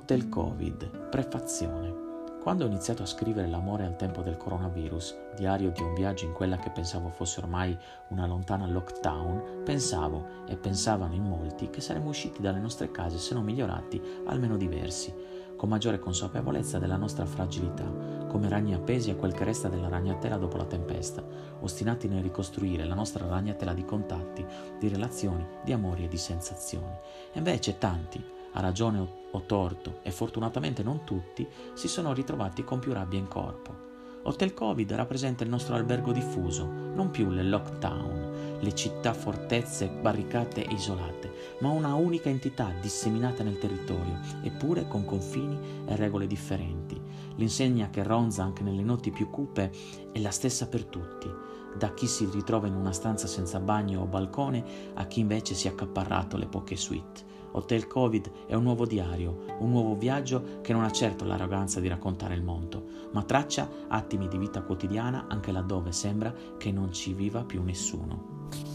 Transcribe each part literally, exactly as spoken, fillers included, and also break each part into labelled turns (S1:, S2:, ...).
S1: Hotel Covid, prefazione. Quando ho iniziato a scrivere L'amore al tempo del coronavirus, diario di un viaggio in quella che pensavo fosse ormai una lontana lockdown, pensavo, e pensavano in molti, che saremmo usciti dalle nostre case se non migliorati, almeno diversi, con maggiore consapevolezza della nostra fragilità, come ragni appesi a quel che resta della ragnatela dopo la tempesta, ostinati nel ricostruire la nostra ragnatela di contatti, di relazioni, di amori e di sensazioni. E invece tanti, a ragione o, o torto, e fortunatamente non tutti, si sono ritrovati con più rabbia in corpo. Hotel Covid rappresenta il nostro albergo diffuso, non più le lockdown, le città fortezze barricate e isolate, ma una unica entità disseminata nel territorio, eppure con confini e regole differenti. L'insegna che ronza anche nelle notti più cupe è la stessa per tutti, da chi si ritrova in una stanza senza bagno o balcone a chi invece si è accaparrato le poche suite. Hotel Covid è un nuovo diario, un nuovo viaggio che non ha certo l'arroganza di raccontare il mondo, ma traccia attimi di vita quotidiana anche laddove sembra che non ci viva più nessuno.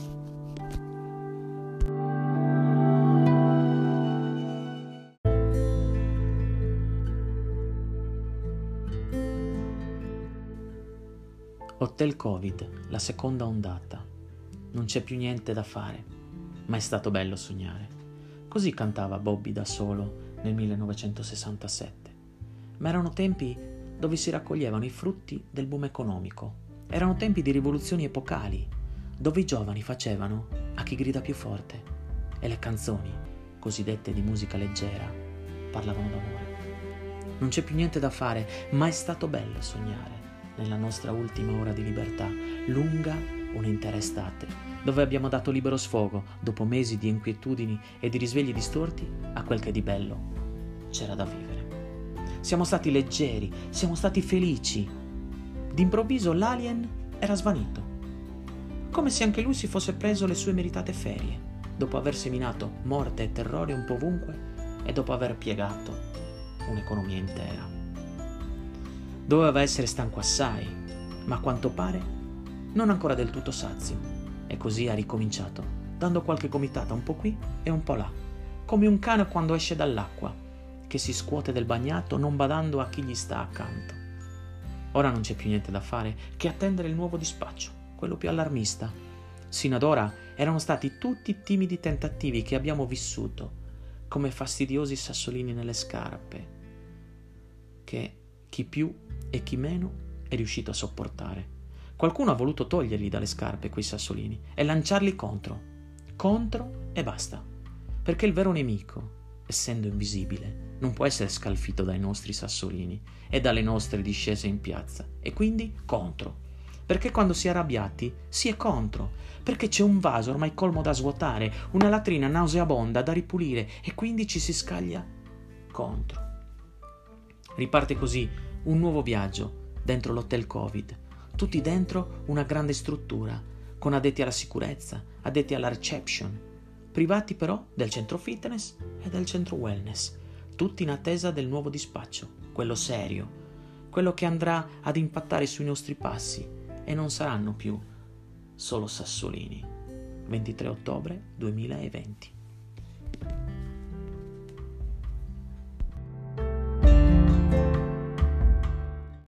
S1: Hotel Covid, la seconda ondata. Non c'è più niente da fare, ma è stato bello sognare. Così cantava Bobby da solo nel millenovecentosessantasette. Ma erano tempi dove si raccoglievano i frutti del boom economico. Erano tempi di rivoluzioni epocali, dove i giovani facevano a chi grida più forte e le canzoni, cosiddette di musica leggera, parlavano d'amore. Non c'è più niente da fare, ma è stato bello sognare nella nostra ultima ora di libertà, lunga un'intera estate, dove abbiamo dato libero sfogo, dopo mesi di inquietudini e di risvegli distorti, a quel che di bello c'era da vivere. Siamo stati leggeri, siamo stati felici. D'improvviso l'alien era svanito, come se anche lui si fosse preso le sue meritate ferie, dopo aver seminato morte e terrore un po' ovunque e dopo aver piegato un'economia intera. Doveva essere stanco assai, ma a quanto pare non ancora del tutto sazio, e così ha ricominciato, dando qualche gomitata un po' qui e un po' là, come un cane quando esce dall'acqua, che si scuote del bagnato non badando a chi gli sta accanto. Ora non c'è più niente da fare che attendere il nuovo dispaccio, quello più allarmista. Sino ad ora erano stati tutti timidi tentativi che abbiamo vissuto, come fastidiosi sassolini nelle scarpe, che chi più e chi meno è riuscito a sopportare. Qualcuno ha voluto toglierli dalle scarpe quei sassolini e lanciarli contro, contro e basta, perché il vero nemico, essendo invisibile, non può essere scalfito dai nostri sassolini e dalle nostre discese in piazza, e quindi contro, perché quando si è arrabbiati si è contro, perché c'è un vaso ormai colmo da svuotare, una latrina nauseabonda da ripulire, e quindi ci si scaglia contro. Riparte così un nuovo viaggio dentro l'Hotel Covid, tutti dentro una grande struttura, con addetti alla sicurezza, addetti alla reception, privati però del centro fitness e del centro wellness, tutti in attesa del nuovo dispaccio, quello serio, quello che andrà ad impattare sui nostri passi, e non saranno più solo sassolini. ventitré ottobre duemilaventi.